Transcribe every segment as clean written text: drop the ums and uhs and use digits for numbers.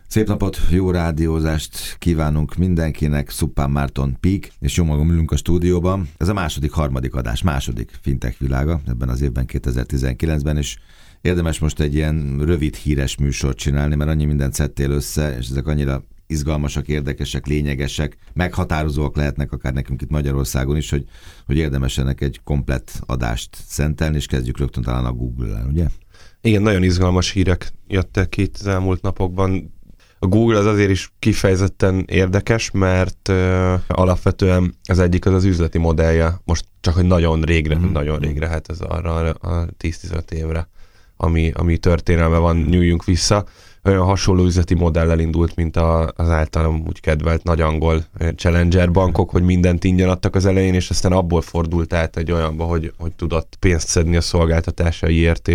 Szép napot, jó rádiózást kívánunk mindenkinek, Szuppán Márton Pík, és jó magam ülünk a stúdióban. Ez a harmadik adás, második fintech világa ebben az évben, 2019-ben, és érdemes most egy ilyen rövid híres műsort csinálni, mert annyi mindent szedtél össze, és ezek annyira izgalmasak, érdekesek, lényegesek, meghatározóak lehetnek akár nekünk itt Magyarországon is, hogy érdemes ennek egy komplett adást szentelni, és kezdjük rögtön talán a Google-el, ugye? Igen, nagyon izgalmas hírek jöttek ki az elmúlt napokban. A Google az azért is kifejezetten érdekes, mert alapvetően az egyik az üzleti modellje, most csak hogy nagyon régre, hát ez arra a 10-15 évre, ami történelme van, nyúljunk vissza. Olyan hasonló üzleti modellel indult, mint az általam úgy kedvelt nagy angol challenger bankok, hogy mindent ingyen adtak az elején, és aztán abból fordult át egy olyanba, hogy tudott pénzt szedni a szolgáltatásaiért,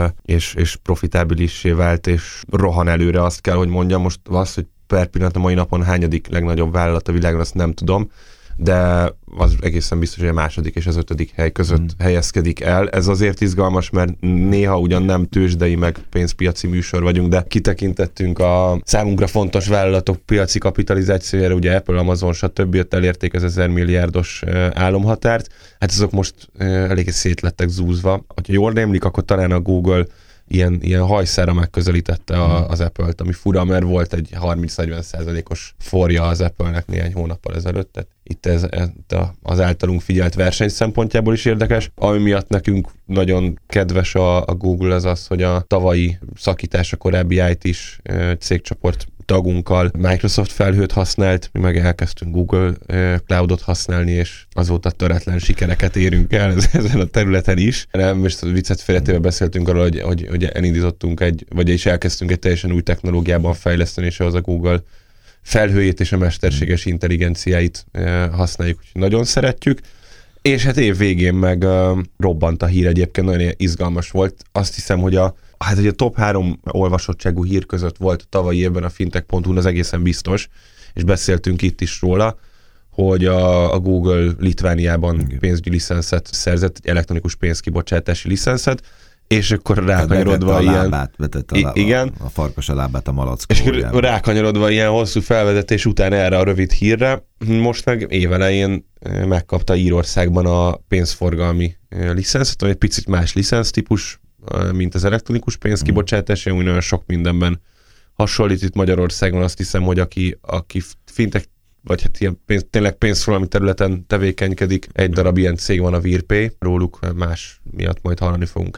és profitábilissé vált, és rohan előre, azt kell, hogy mondjam. Most az, hogy per pillanat a mai napon hányadik legnagyobb vállalat a világon, azt nem tudom, de az egészen biztos, hogy a második és az 5. hely között helyezkedik el. Ez azért izgalmas, mert néha ugyan nem tőzsdei meg pénzpiaci műsor vagyunk, de kitekintettünk a számunkra fontos vállalatok piaci kapitalizációjára, ugye Apple, Amazon, stb. Ott elérték az 1000 milliárdos álomhatárt. Hát azok most eléggé szét lettek zúzva. Ha jól rémlik, akkor talán a Google ilyen hajszára megközelítette az Apple-t, ami fura, mert volt egy 30-40%-os forja az Apple-nek néhány hónappal ezelőtt. Tehát itt ez az általunk figyelt verseny szempontjából is érdekes. Ami miatt nekünk nagyon kedves a Google az, hogy a tavalyi szakítás, a korábbi IT-s cégcsoport tagunkkal Microsoft felhőt használt, mi meg elkezdtünk Google Cloudot használni, és azóta töretlen sikereket érünk el ezen a területen is. Most viccet félretéve beszéltünk arról, hogy elindítottunk vagyis elkezdtünk egy teljesen új technológiában fejleszteni, és az a Google felhőjét és a mesterséges intelligenciáit használjuk, úgyhogy nagyon szeretjük. És hát év végén meg robbant a hír, egyébként nagyon izgalmas volt. Azt hiszem, hogy a top 3 olvasottságú hír között volt a tavalyi évben a fintech.hu-n, az egészen biztos, és beszéltünk itt is róla, hogy a Google Litvániában pénzügyi licenszet szerzett, egy elektronikus pénzkibocsátási licenszet, és akkor rákanyarodva igen, a farkas a lábát a malack. És rákanyarodva ilyen hosszú felvezetés után erre a rövid hírre, most meg évelején megkapta Írországban a pénzforgalmi licenszet, ami egy picit más licensztípus, mint az elektronikus pénzkibocsátás, úgy nagyon sok mindenben hasonlít. Itt Magyarországon azt hiszem, hogy aki fintech, vagy hát ilyen tényleg pénzforgalmi területen tevékenykedik, egy darab ilyen cég van, a VeerPay, róluk más miatt majd hallani fogunk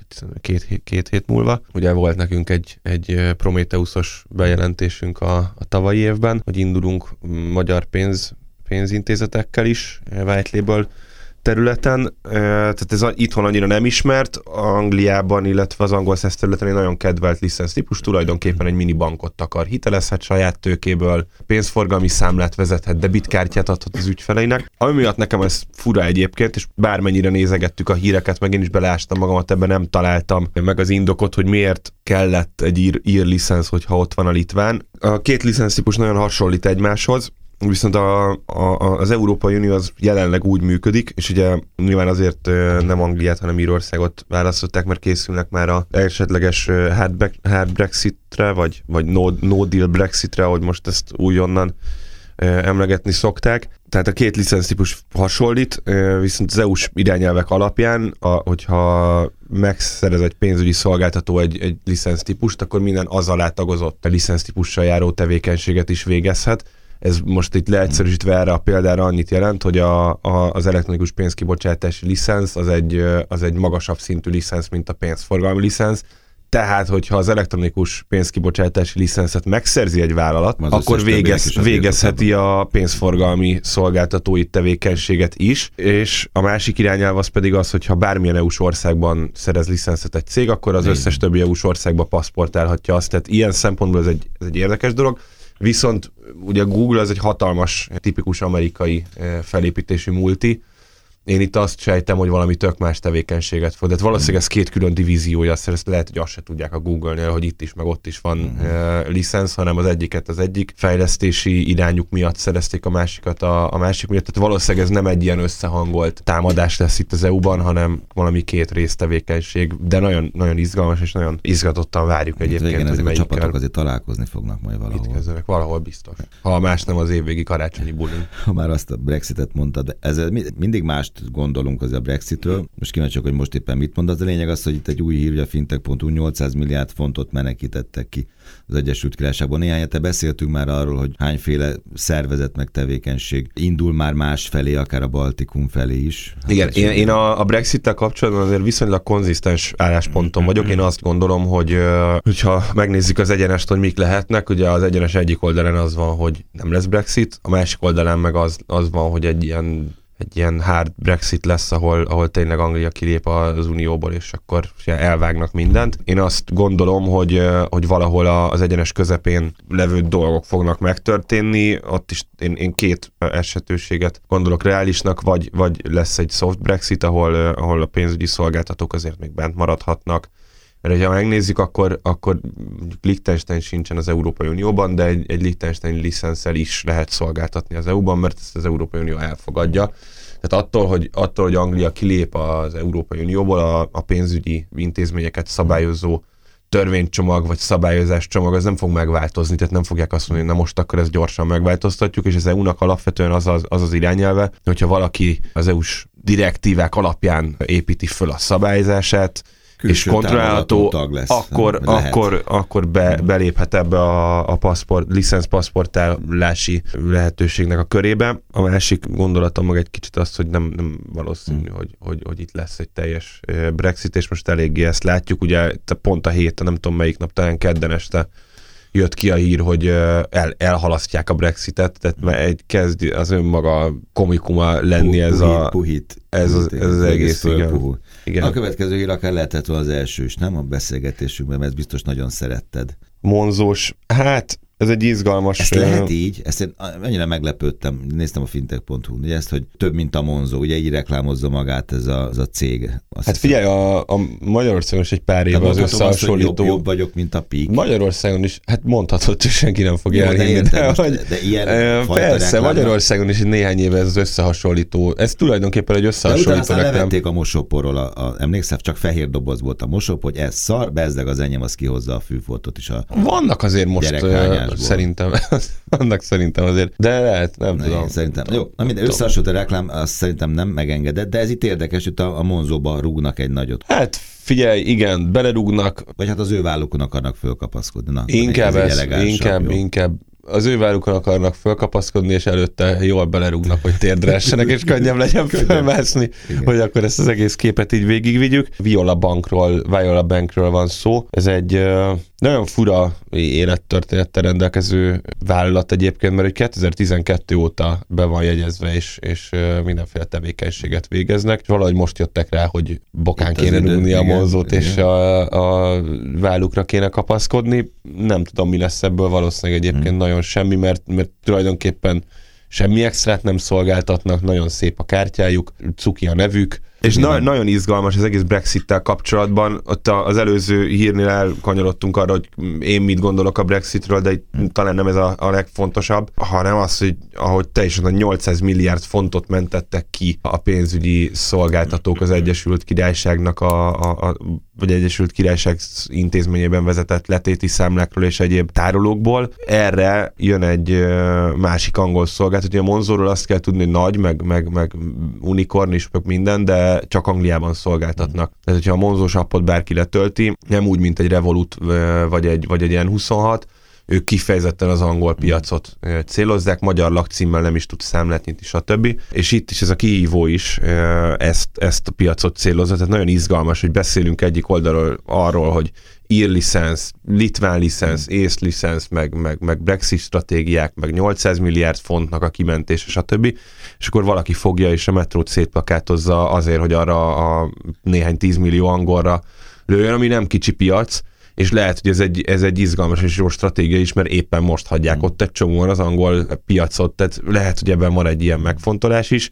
két hét múlva. Ugye volt nekünk egy Prometheus-os bejelentésünk a tavalyi évben, hogy indulunk magyar pénzintézetekkel is, white label területen, tehát ez itthon annyira nem ismert, Angliában, illetve az angol száz területen egy nagyon kedvelt licensztípus, tulajdonképpen egy mini bankot akar, hitelezhet saját tőkéből, pénzforgalmi számlát vezethet, debitkártyát adhat az ügyfeleinek. Ami miatt nekem ez fura egyébként, és bármennyire nézegettük a híreket, meg én is beleástam magamat, ebben nem találtam meg az indokot, hogy miért kellett egy ír licensz, hogyha ott van a litván. A két licensztípus nagyon hasonlít egymáshoz, viszont az Európai Unió az jelenleg úgy működik, és ugye nyilván azért nem Angliát, hanem Írországot választották, mert készülnek már a esetleges hard Brexitre, vagy no deal Brexitre, ahogy most ezt újonnan emlegetni szokták. Tehát a két licensztípus hasonlít, viszont az EU-s irányelvek alapján, hogyha megszerez egy pénzügyi szolgáltató egy licensztípust, akkor minden az alá tagozott a licensztípussal járó tevékenységet is végezhet. Ez most itt leegyszerűsítve erre a példára annyit jelent, hogy az elektronikus pénzkibocsátási licensz az egy magasabb szintű licensz, mint a pénzforgalmi licensz. Tehát, hogyha az elektronikus pénzkibocsátási licenszet megszerzi egy vállalat, akkor végezheti a pénzforgalmi szolgáltatói tevékenységet is, és a másik irányelv az pedig az, hogyha bármilyen EU-s országban szerez licenszet egy cég, akkor az összes többi EU-s országba paszportálhatja azt. Tehát ilyen szempontból ez egy érdekes dolog. Viszont ugye a Google az egy hatalmas, tipikus amerikai felépítésű multi, Én itt azt sejtem, hogy valami tök más tevékenységet fog. De valószínűleg ez két külön divíziója, ezt lehet, hogy azt se tudják a Google-nél, hogy itt is, meg ott is van licensz, hanem az egyiket az egyik fejlesztési irányuk miatt szerezték, a másikat a másik miatt. Tehát valószínűleg ez nem egy ilyen összehangolt támadás lesz itt az EU-ban, hanem valami két résztevékenység, de nagyon, nagyon izgalmas, és nagyon izgatottan várjuk egyébként. Igen, ezek a csapatok azért találkozni fognak majd valahol. Itt kezdenek, valahol biztos. Ha más nem az évvégi karácsonyi bulin. Ha már azt a Brexitet mondtad, ezzel mindig mást gondolunk az a Brexitről. Most kíváncsiak, hogy most éppen mit mondasz. A lényeg az, hogy itt egy új hír, hogy a fintech.hu 800 milliárd fontot menekítettek ki az Egyesült Királyságban. Néhány hete beszéltünk már arról, hogy hányféle szervezet meg tevékenység indul már más felé, akár a Baltikum felé is. Igen, én a Brexittel kapcsolatban azért viszonylag konzisztens állásponton vagyok. Én azt gondolom, hogy ha megnézzük az egyenest, hogy mik lehetnek, ugye az egyenes egyik oldalán az van, hogy nem lesz Brexit, a másik oldalán meg az van, hogy egy ilyen hard Brexit lesz, ahol tényleg Anglia kilép az Unióból, és akkor elvágnak mindent. Én azt gondolom, hogy valahol az egyenes közepén levő dolgok fognak megtörténni. Ott is én két esetőséget gondolok reálisnak, vagy lesz egy soft Brexit, ahol a pénzügyi szolgáltatók azért még bent maradhatnak. Mert ha megnézzük, akkor Liechtenstein sincsen az Európai Unióban, de egy Liechtenstein licenszel is lehet szolgáltatni az EU-ban, mert ezt az Európai Unió elfogadja. Tehát attól, hogy Anglia kilép az Európai Unióból, a pénzügyi intézményeket szabályozó törvénycsomag vagy szabályozáscsomag az nem fog megváltozni, tehát nem fogják azt mondani, hogy na most akkor ezt gyorsan megváltoztatjuk, és az EU-nak alapvetően az irányelve, hogyha valaki az EU-s direktívák alapján építi föl a szabályzását, és kontrollálható, akkor beléphet ebbe a licenszpaszportálási lehetőségnek a körébe. A másik gondolatom meg egy kicsit az, hogy nem valószínű, hogy itt lesz egy teljes Brexit, és most eléggé ezt látjuk. Ugye pont a héten, nem tudom melyik nap, talán kedden este jött ki a hír, hogy elhalasztják a Brexitet, tehát kezd az önmaga komikuma lenni ez az egész. Igen. A következő hír akár lehetett volna az első is, nem? A beszélgetésünkben, mert ezt biztos nagyon szeretted. Monzós, hát ez egy izgalmas... Ezt lehet így? Ezt én annyira meglepődtem, néztem a fintech.hu, ugye ezt, hogy több, mint a Monzo, ugye így reklámozza magát ez a cég. Hát figyelj, a Magyarországon is egy pár éve az összehasonlító... Jobb vagyok, mint a Peak. Magyarországon is, hát mondhatod, hogy senki nem fog elhinni. De ilyen persze, Magyarországon is néhány éve ez az összehasonlító. Ez tulajdonképpen egy összehasonlító. De utána levették a mosóporról, emlékszel, csak fehér doboz volt a mosóp, hogy ez szar, bezzeg az enyém, az kihozza a fűfoltot is a vannak azért most szerintem azért, de lehet, nem tudom. Szerintem. Jó, minden összehasonlító reklám, azt szerintem nem megengedett, de ez itt érdekes, hogy a Monzóba rúgnak egy nagyot. Hát figyelj, igen, belerúgnak. Vagy hát az ő vállukon akarnak fölkapaszkodni. Na, inkább az ő vállukon akarnak fölkapaszkodni, és előtte jól belerúgnak, hogy térdre essenek, és könnyebb legyen fölmászni, hogy akkor ezt az egész képet így végigvigyük. Viola Bankról van szó. Ez egy nagyon fura élettörténettel rendelkező vállalat egyébként, mert 2012 óta be van jegyezve, és mindenféle tevékenységet végeznek. És valahogy most jöttek rá, hogy bokán kéne rúgni a Monzót, és a vállukra kéne kapaszkodni. Nem tudom, mi lesz ebből, valószínűleg egyébként nagyon semmi, mert tulajdonképpen semmi extrát nem szolgáltatnak, nagyon szép a kártyájuk, cuki a nevük, és nagyon izgalmas az egész Brexittel kapcsolatban. Ott az előző hírnél elkanyarodtunk arra, hogy én mit gondolok a Brexitről, de talán nem ez a legfontosabb, hanem az, hogy ahogy te is mondod, 800 milliárd fontot mentettek ki a pénzügyi szolgáltatók az Egyesült Királyságnak vagy Egyesült Királyság intézményében vezetett letéti számlákról és egyéb tárolókból. Erre jön egy másik angol szolgáltató. A Monzóról azt kell tudni, hogy nagy, meg unikorn is, meg minden, de csak Angliában szolgáltatnak. Tehát, hogyha a Monzós appot bárki letölti, nem úgy, mint egy Revolut vagy egy ilyen 26, ők kifejezetten az angol piacot célozzák, magyar lakcímmel nem is tud számlát nyitni, stb. És itt is ez a kihívó is ezt a piacot célozza, tehát nagyon izgalmas, hogy beszélünk egyik oldalról arról, hogy ír licensz, litván licensz, ész licensz, meg Brexit stratégiák, meg 800 milliárd fontnak a kimentése, stb. És akkor valaki fogja és a metrót szétplakátozza azért, hogy arra a néhány 10 millió angolra lőjön, ami nem kicsi piac, és lehet, hogy ez egy izgalmas és jó stratégia is, mert éppen most hagyják ott egy csomóan az angol piacot, tehát lehet, hogy ebben van egy ilyen megfontolás is,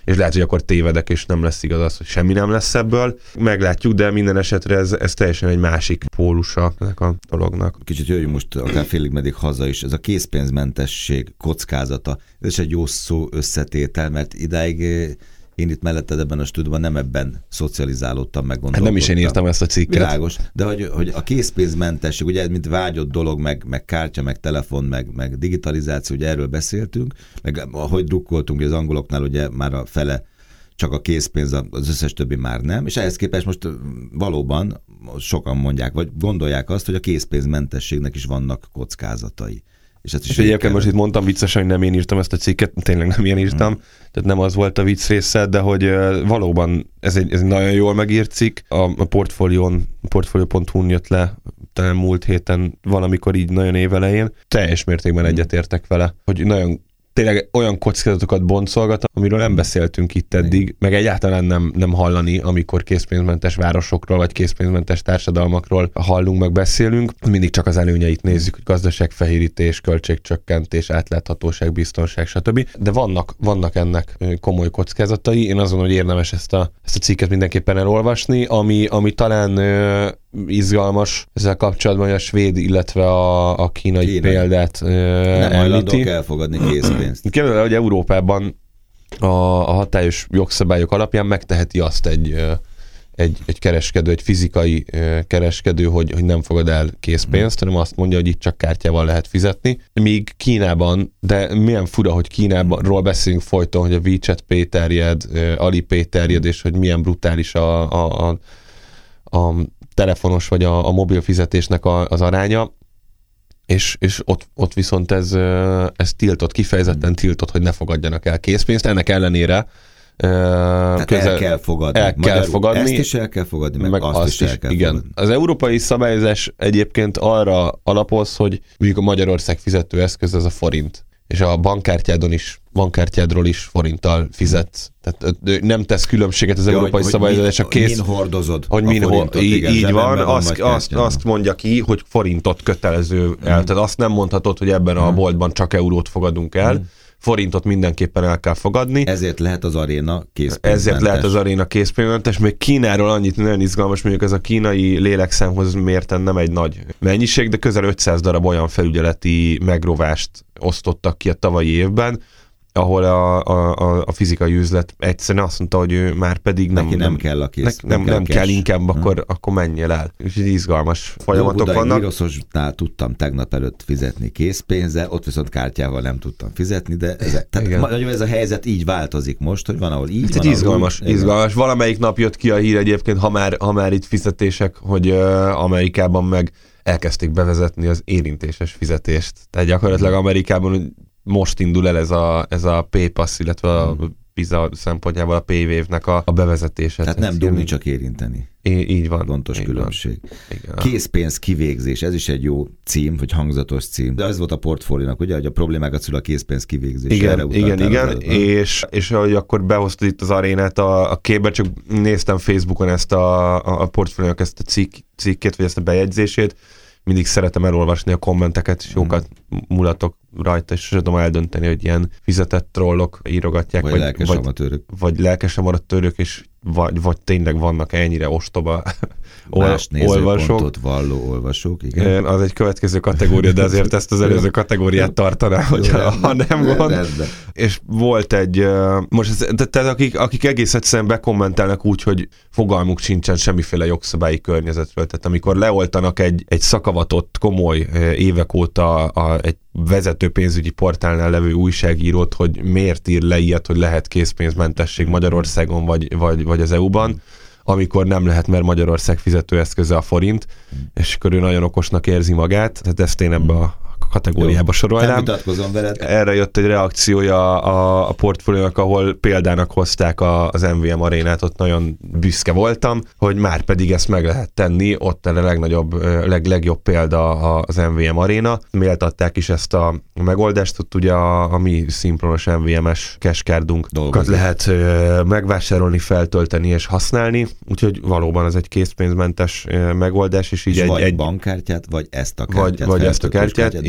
és lehet, hogy akkor tévedek, és nem lesz igaz az, hogy semmi nem lesz ebből. Meglátjuk, de minden esetre ez teljesen egy másik pólusa ennek a dolognak. Kicsit jöjjünk most akár félig meddig haza is. Ez a készpénzmentesség kockázata, ez is egy jó szó összetétel, mert idáig én itt melletted ebben a stúdióban nem ebben szocializálódtam, meg gondolkodtam. Nem is én írtam ezt a cikket. Világos, de hogy a készpénzmentesség, ugye mint vágyott dolog, meg kártya, meg telefon, meg digitalizáció, ugye erről beszéltünk, meg ahogy drukkoltunk, az angoloknál ugye már a fele csak a készpénz, az összes többi már nem, és ehhez képest most valóban sokan mondják, vagy gondolják azt, hogy a készpénzmentességnek is vannak kockázatai. És egyébként most itt mondtam viccesen, hogy nem én írtam ezt a cikket, tényleg nem én írtam, tehát nem az volt a vicc része, de hogy valóban ez egy nagyon jól megírt cikk. A portfolio.hu-n jött le talán múlt héten valamikor így nagyon évelején. Teljes mértékben egyetértek vele, hogy nagyon tényleg olyan kockázatokat boncolgat, amiről nem beszéltünk itt eddig, meg egyáltalán nem hallani, amikor készpénzmentes városokról, vagy készpénzmentes társadalmakról hallunk, meg beszélünk. Mindig csak az előnyeit nézzük, hogy gazdaságfehérítés, költségcsökkentés, átláthatóság, biztonság, stb. De vannak ennek komoly kockázatai. Én azon, hogy érdemes ezt a cikket mindenképpen elolvasni, ami talán izgalmas ezzel kapcsolatban, hogy a svéd, illetve a kínai példát nem hajlandók elfogadni készpénzt. Képzelem, hogy Európában a hatályos jogszabályok alapján megteheti azt egy kereskedő, egy fizikai kereskedő, hogy nem fogad el készpénzt, hanem azt mondja, hogy itt csak kártyával lehet fizetni. Míg Kínában, de milyen fura, hogy Kínáról beszélünk folyton, hogy a WeChat Pay terjed, Alipay terjed, és hogy milyen brutális a telefonos vagy a mobil fizetésnek az aránya, és ott viszont ez tiltott, kifejezetten tiltott, hogy ne fogadjanak el készpénzt. Ennek ellenére el kell fogadni. Ezt is el kell fogadni, meg azt is el kell fogadni. Az európai szabályozás egyébként arra alapoz, hogy mondjuk a Magyarország fizetőeszköz az a forint, és a bankkártyádról is forinttal fizetsz. Tehát nem tesz különbséget az európai szabályozás. Min hordozod hogy a forintot. Így van, azt mondja ki, hogy forintot kötelező el. Tehát azt nem mondhatod, hogy ebben a boltban csak eurót fogadunk el. Forintot mindenképpen el kell fogadni. Ezért lehet az aréna készpénzmentes. Még Kínáról annyit nagyon izgalmas, mondjuk ez a kínai lélekszámhoz mérten nem egy nagy mennyiség, de közel 500 darab olyan felügyeleti megrovást osztottak ki a tavalyi évben, ahol a fizikai üzlet egyszerűen azt mondta, hogy ő már pedig nem kell a kész. Nem kell inkább, akkor menjél el. Úgyhogy izgalmas folyamatok vannak. Mirososnál tudtam tegnap előtt fizetni készpénzzel, ott viszont kártyával nem tudtam fizetni, de ez a helyzet így változik most, hogy van, ahol így van. Izgalmas. Valamelyik nap jött ki a hír egyébként, ha már itt fizetések, hogy Amerikában meg elkezdték bevezetni az érintéses fizetést. Tehát gyakorlatilag Amerikában most indul el ez a PayPass, illetve a Visa szempontjából a PayWave-nek a bevezetése. Tehát nem dugni, csak érinteni. Így van. Fontos különbség. Készpénz kivégzés, ez is egy jó cím, vagy hangzatos cím. De ez volt a portfóliónak, ugye, hogy a problémákat szül a készpénz kivégzés. Igen. És hogy akkor behoztad itt az arénát a képbe, csak néztem Facebookon ezt a portfóliónak ezt a cikkét, vagy ezt a bejegyzését. Mindig szeretem elolvasni a kommenteket, és jókat mulatok rajta, és sem tudom eldönteni, hogy ilyen fizetett trollok írogatják, vagy lelkes amatőrök, és vagy tényleg vannak ennyire ostoba olvasók. Valló olvasók, igen. Az egy következő kategória, de azért ezt az előző kategóriát tartanám, ha nem gond. És volt egy, tehát akik egész egyszerűen bekommentelnek úgy, hogy fogalmuk sincsen semmiféle jogszabályi környezetről. Tehát amikor leoltanak egy szakavatott, komoly évek óta egy vezető pénzügyi portálnál levő újságírót, hogy miért ír le ilyet, hogy lehet készpénzmentesség Magyarországon vagy az EU-ban, amikor nem lehet, mert Magyarország fizetőeszköze a forint, és akkor ő nagyon okosnak érzi magát, tehát ezt én ebbe a kategóriába sorolnám. Nem vitatkozom veled. Erre jött egy reakciója a portfóliónak, ahol példának hozták az MVM arénát, ott nagyon büszke voltam, hogy már pedig ezt meg lehet tenni, ott a legjobb példa az MVM aréna. Méltatták is ezt a megoldást, ott ugye a mi szinkronos MVM-es cashcardunkat lehet megvásárolni, feltölteni és használni, úgyhogy valóban ez egy készpénzmentes megoldás, és így vagy bankkártyát, vagy ezt a kártyát. Vagy ezt a kártyát,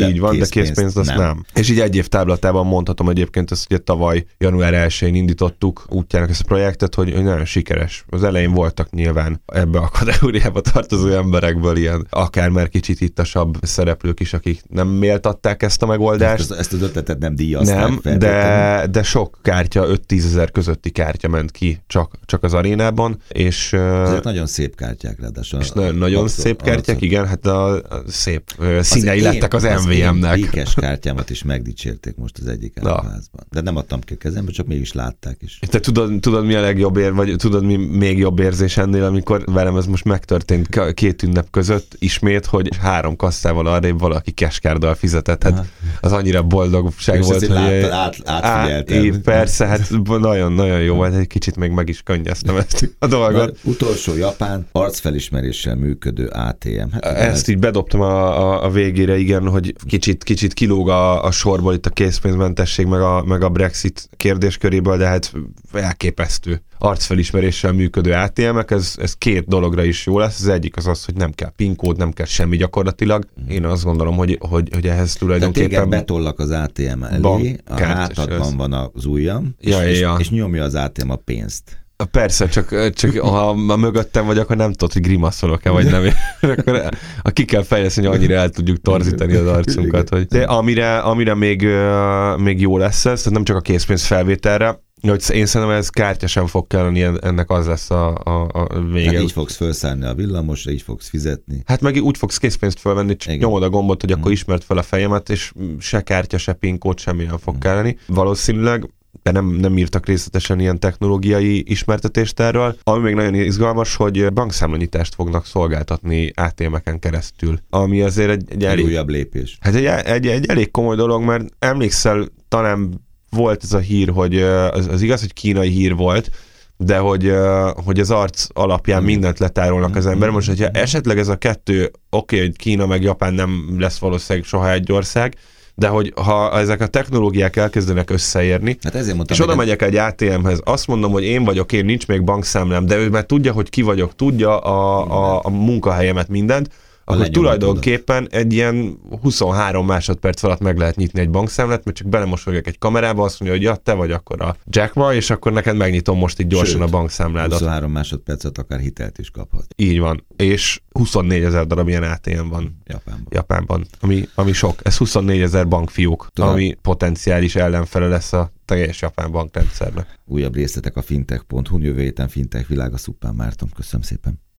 így van, de készpénzt azt nem. És így egy év táblatában mondhatom egyébként ezt, hogy tavaly január 1-én indítottuk útjának ezt a projektet, hogy nagyon sikeres. Az elején voltak nyilván ebbe a kategóriába tartozó emberekből ilyen akár már kicsit ittasabb szereplők is, akik nem méltatták ezt a megoldást. Ezt az ötletet nem díjazták. Nem, de sok kártya, 5-10 ezer közötti kártya ment ki csak az arénában, és... Ezek nagyon szép kártyák ráadásul. És nagyon szép kártyák, igen, hát a szép színei lettek az MVM-nek. Az én kártyámat is megdicsérték most az egyik házban. De nem adtam ki a kezembe, csak mégis látták is. Te tudod mi a legjobb vagy tudod mi még jobb érzés ennél, amikor velem ez most megtörtént 2 ünnep között ismét, hogy 3 kasszával arrébb valaki cascard-dal fizetett. Hát az annyira boldogság volt, hogy átfigyeltem. Persze, hát nagyon jó volt, egy kicsit még meg is könnyeztem ezt a dolgot. Utolsó japán arcfelismeréssel működő ATM. Hát ezt így bedobtam a végére, igen, hogy kicsit kilóg a sorból itt a készpénzmentesség meg a Brexit kérdésköréből, de hát elképesztő arcfelismeréssel működő ATM-ek, ez 2 dologra is jó lesz. Az egyik az, hogy nem kell PIN kód, nem kell semmi gyakorlatilag. Én azt gondolom, hogy ehhez tulajdonképpen... Tehát téged betollak az ATM elé, a hátadban van az ujjam, és nyomja az ATM a pénzt. Persze, csak ha mögöttem vagy, akkor nem tudod, hogy grimaszolok-e, vagy nem. Akkor ki kell fejleszteni, hogy annyira el tudjuk torzítani az arcunkat. Hogy... De amire még jó lesz ez, tehát nem csak a készpénz felvételre, hogy én szerintem ez kártya sem fog kelleni, ennek az lesz a vége. Hát így fogsz felszállni a villamosra, így fogsz fizetni. Hát meg úgy fogsz készpénzt felvenni, csak nyomod a gombot, hogy akkor ismert fel a fejemet, és se kártya, se PIN kód, semmi nem fog kelleni. Valószínűleg, de nem írtak részletesen ilyen technológiai ismertetést erről. Ami még nagyon izgalmas, hogy bankszámlanyitást fognak szolgáltatni ATM-eken keresztül, ami azért egy elég... újabb lépés. Hát egy elég komoly dolog, mert emlékszel, talán volt ez a hír, hogy az igaz, hogy kínai hír volt, de hogy az arc alapján mindent letárolnak az ember. Most, hogyha esetleg ez a kettő, oké, hogy Kína meg Japán nem lesz valószínűleg soha egy ország, de hogy ha ezek a technológiák elkezdenek összeérni, hát ezért mondtam, és oda megyek egy ATM-hez, azt mondom, hogy én vagyok, nincs még bankszámlám, de ő már tudja, hogy ki vagyok, tudja a munkahelyemet, mindent, akkor tulajdonképpen egy ilyen 23 másodperc alatt meg lehet nyitni egy bankszámlát, mert csak belemosoljuk egy kamerába, azt mondja, hogy ja, te vagy akkor a Jack Ma, és akkor neked megnyitom most így gyorsan a bankszámládat. 23 másodpercet akár hitelt is kaphat. Így van. És 24 000 darab ilyen ATM van Japánban, ami sok. Ez 24 000 bankfiók, ami potenciális ellenfele lesz a teljes japán bankrendszernek. Újabb részletek a fintech.hu, jövő héten Fintech Világa, Szuppán Márton. Köszönöm szépen.